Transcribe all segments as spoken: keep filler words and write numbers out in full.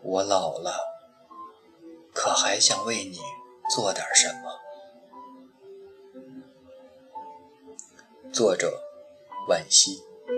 我老了，可还想为你做点什么。作者惋惜。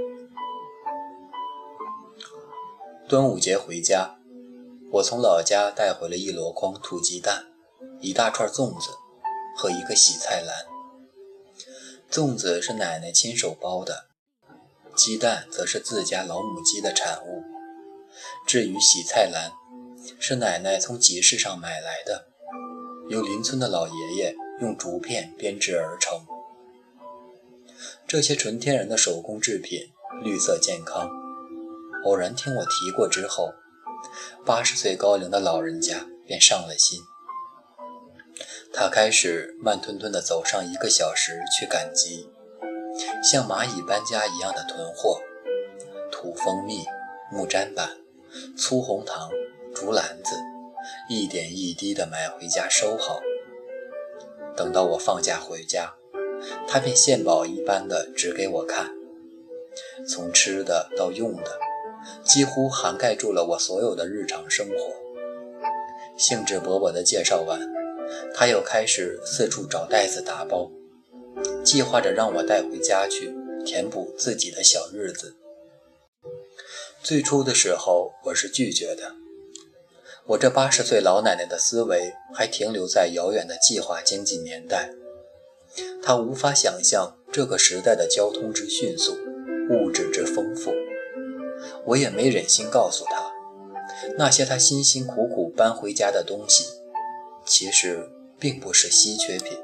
端午节回家，我从老家带回了一箩筐土鸡蛋，一大串粽子和一个洗菜篮。粽子是奶奶亲手包的，鸡蛋则是自家老母鸡的产物。至于洗菜篮，是奶奶从集市上买来的，由邻村的老爷爷用竹片编织而成。这些纯天然的手工制品，绿色健康。偶然听我提过之后，八十岁高龄的老人家便上了心。他开始慢吞吞地走上一个小时去赶集，像蚂蚁搬家一样的囤货，土蜂蜜、木砧板、粗红糖、竹篮子，一点一滴地买回家收好。等到我放假回家，他便献宝一般的指给我看，从吃的到用的，几乎涵盖住了我所有的日常生活。兴致勃勃地介绍完，他又开始四处找袋子打包，计划着让我带回家去填补自己的小日子。最初的时候我是拒绝的，我这八十岁老奶奶的思维还停留在遥远的计划经济年代，她无法想象这个时代的交通之迅速，物质之丰富。我也没忍心告诉她，那些她辛辛苦苦搬回家的东西其实并不是稀缺品。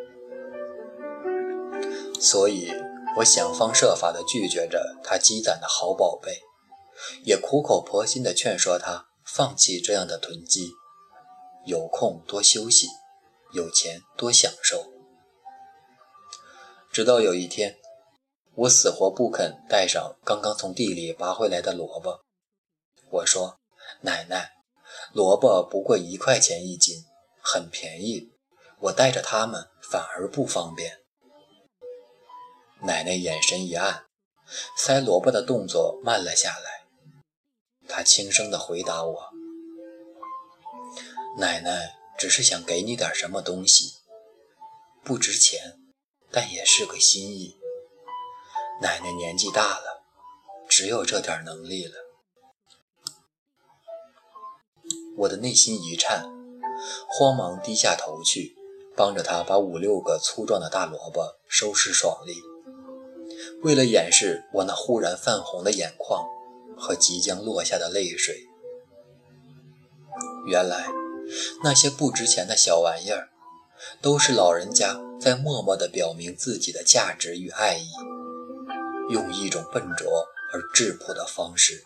所以我想方设法地拒绝着她积攒的好宝贝，也苦口婆心地劝说她放弃这样的囤积，有空多休息，有钱多享受。直到有一天，我死活不肯带上刚刚从地里拔回来的萝卜。我说，奶奶，萝卜不过一块钱一斤，很便宜，我带着它们反而不方便。奶奶眼神一暗，塞萝卜的动作慢了下来。她轻声地回答我，奶奶只是想给你点什么东西，不值钱，但也是个心意。奶奶年纪大了，只有这点能力了。我的内心一颤，慌忙低下头去，帮着她把五六个粗壮的大萝卜收拾爽利。为了掩饰我那忽然泛红的眼眶和即将落下的泪水，原来那些不值钱的小玩意儿，都是老人家在默默地表明自己的价值与爱意，用一种笨拙而质朴的方式。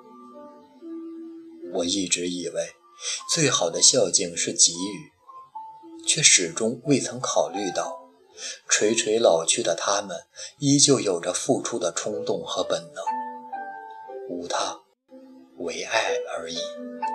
我一直以为最好的孝敬是给予，却始终未曾考虑到垂垂老去的他们依旧有着付出的冲动和本能，无他，唯爱而已。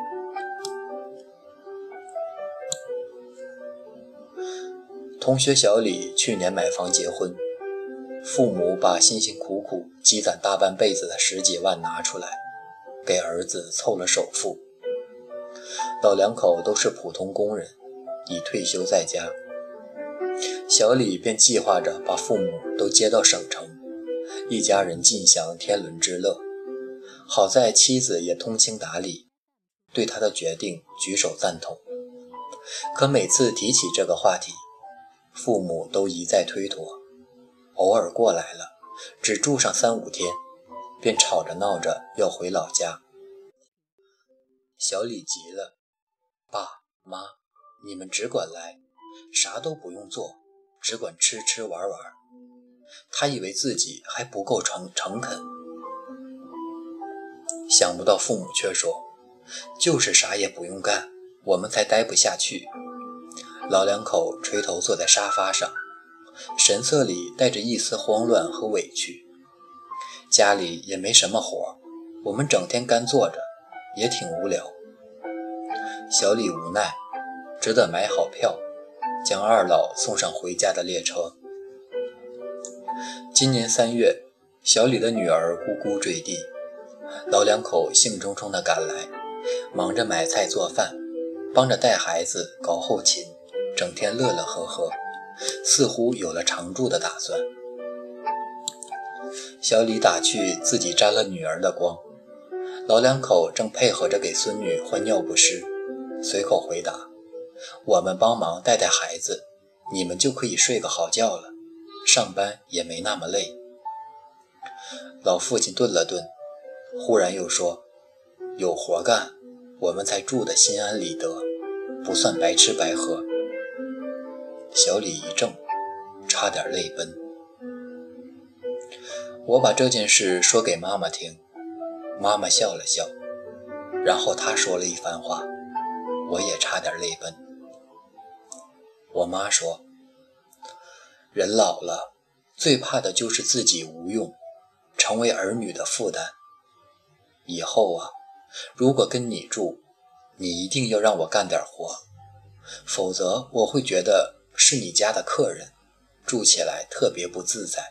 同学小李去年买房结婚，父母把辛辛苦苦积攒大半辈子的十几万拿出来，给儿子凑了首付。老两口都是普通工人，已退休在家。小李便计划着把父母都接到省城，一家人尽享天伦之乐。好在妻子也通情达理，对他的决定举手赞同。可每次提起这个话题，父母都一再推脱，偶尔过来了，只住上三五天，便吵着闹着要回老家。小李急了，爸妈，你们只管来，啥都不用做，只管吃吃玩玩。他以为自己还不够诚诚恳，想不到父母却说，就是啥也不用干，我们才待不下去。老两口垂头坐在沙发上，神色里带着一丝慌乱和委屈。家里也没什么活，我们整天干坐着，也挺无聊。小李无奈，只得买好票，将二老送上回家的列车。今年三月，小李的女儿咕咕坠地，老两口兴冲冲地赶来， 忙着买菜做饭，帮着带孩子搞后勤，整天乐乐呵呵，似乎有了常住的打算。小李打趣自己沾了女儿的光，老两口正配合着给孙女换尿不湿，随口回答：我们帮忙带带孩子，你们就可以睡个好觉了，上班也没那么累。老父亲顿了顿，忽然又说：有活干，我们才住得心安理得，不算白吃白喝。小李一怔，差点泪奔。我把这件事说给妈妈听，妈妈笑了笑，然后她说了一番话，我也差点泪奔。我妈说，人老了，最怕的就是自己无用，成为儿女的负担。以后啊，如果跟你住，你一定要让我干点活，否则我会觉得是你家的客人，住起来特别不自在。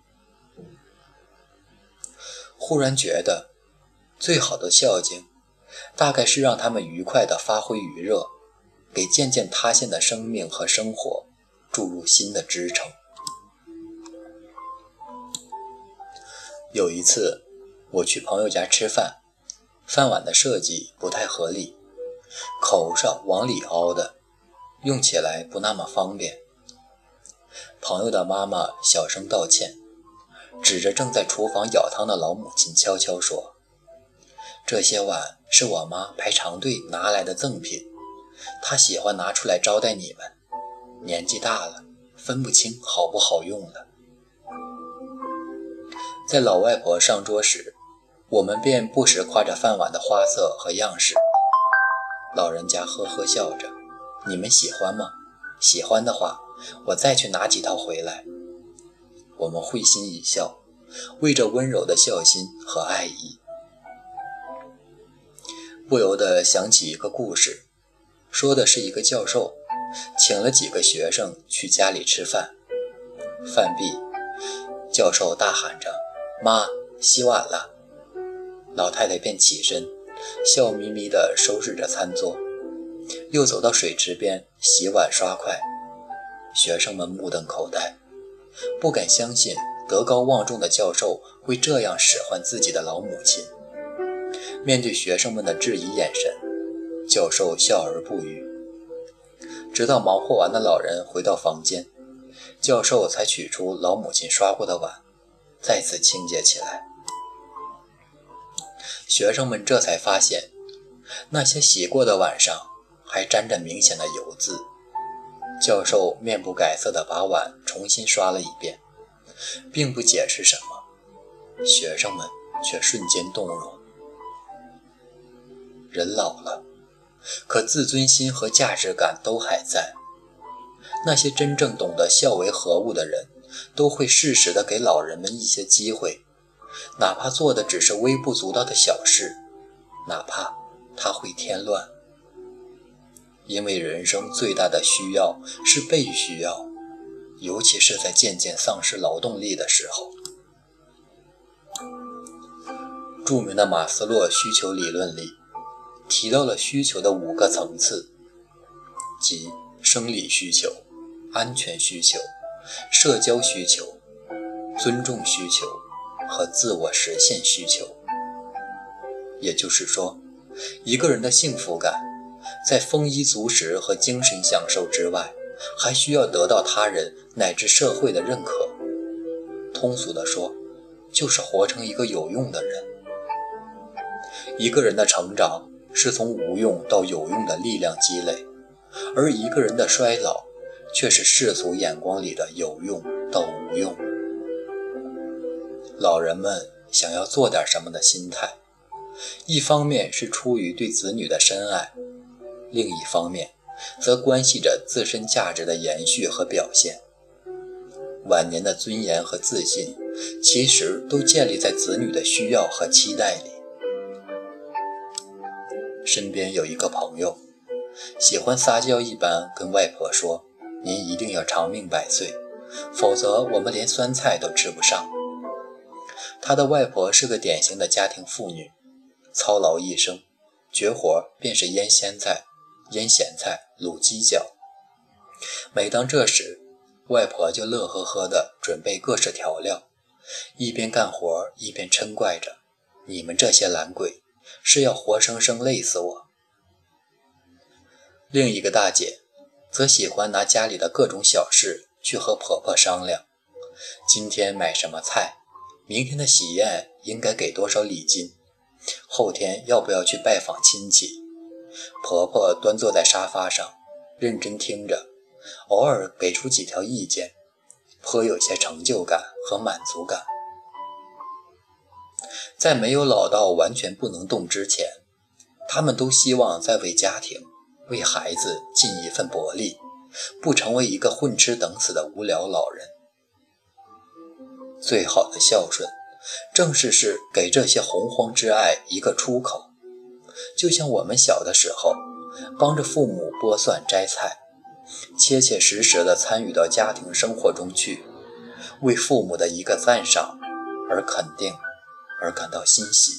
忽然觉得，最好的孝敬，大概是让他们愉快地发挥余热，给渐渐塌陷的生命和生活注入新的支撑。有一次，我去朋友家吃饭，饭碗的设计不太合理，口上往里凹的，用起来不那么方便。朋友的妈妈小声道歉，指着正在厨房舀汤的老母亲悄悄说：这些碗是我妈排长队拿来的赠品，她喜欢拿出来招待你们，年纪大了，分不清好不好用了。在老外婆上桌时，我们便不时夸着饭碗的花色和样式。老人家呵呵笑着：你们喜欢吗？喜欢的话，我再去拿几套回来。我们会心一笑，为着温柔的孝心和爱意。不由得想起一个故事，说的是一个教授请了几个学生去家里吃饭，饭毕，教授大喊着：妈，洗碗了。老太太便起身，笑眯眯地收拾着餐桌，又走到水池边洗碗刷筷。学生们目瞪口呆，不敢相信德高望重的教授会这样使唤自己的老母亲。面对学生们的质疑眼神，教授笑而不语。直到忙活完的老人回到房间，教授才取出老母亲刷过的碗，再次清洁起来。学生们这才发现，那些洗过的碗上还沾着明显的油渍。教授面不改色地把碗重新刷了一遍，并不解释什么，学生们却瞬间动容。人老了，可自尊心和价值感都还在。那些真正懂得孝为何物的人，都会适时地给老人们一些机会，哪怕做的只是微不足道的小事，哪怕他会添乱。因为人生最大的需要是被需要，尤其是在渐渐丧失劳动力的时候。著名的马斯洛需求理论里提到了需求的五个层次，即生理需求、安全需求、社交需求、尊重需求和自我实现需求。也就是说，一个人的幸福感在丰衣足食和精神享受之外，还需要得到他人乃至社会的认可。通俗地说，就是活成一个有用的人。一个人的成长是从无用到有用的力量积累，而一个人的衰老却是世俗眼光里的有用到无用。老人们想要做点什么的心态，一方面是出于对子女的深爱，另一方面则关系着自身价值的延续和表现。晚年的尊严和自信，其实都建立在子女的需要和期待里。身边有一个朋友，喜欢撒娇一般跟外婆说：您一定要长命百岁，否则我们连酸菜都吃不上。他的外婆是个典型的家庭妇女，操劳一生， 绝活便是腌咸菜、腌咸菜、卤鸡脚。每当这时，外婆就乐呵呵地准备各式调料，一边干活一边嗔怪着：你们这些懒鬼，是要活生生累死我。另一个大姐则喜欢拿家里的各种小事去和婆婆商量，今天买什么菜，明天的喜宴应该给多少礼金，后天要不要去拜访亲戚。婆婆端坐在沙发上，认真听着，偶尔给出几条意见，颇有些成就感和满足感。在没有老到完全不能动之前，他们都希望在为家庭、为孩子尽一份薄力，不成为一个混吃等死的无聊老人。最好的孝顺，正是是给这些洪荒之爱一个出口。就像我们小的时候，帮着父母剥蒜摘菜，切切实实地参与到家庭生活中去，为父母的一个赞赏而肯定，而感到欣喜。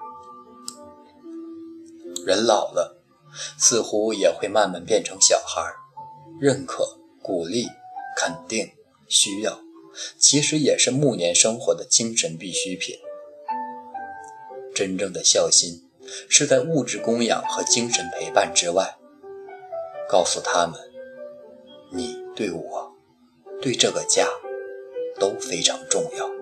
人老了，似乎也会慢慢变成小孩，认可、鼓励、肯定、需要，其实也是暮年生活的精神必需品。真正的孝心，是在物质供养和精神陪伴之外，告诉他们，你对我，对这个家都非常重要。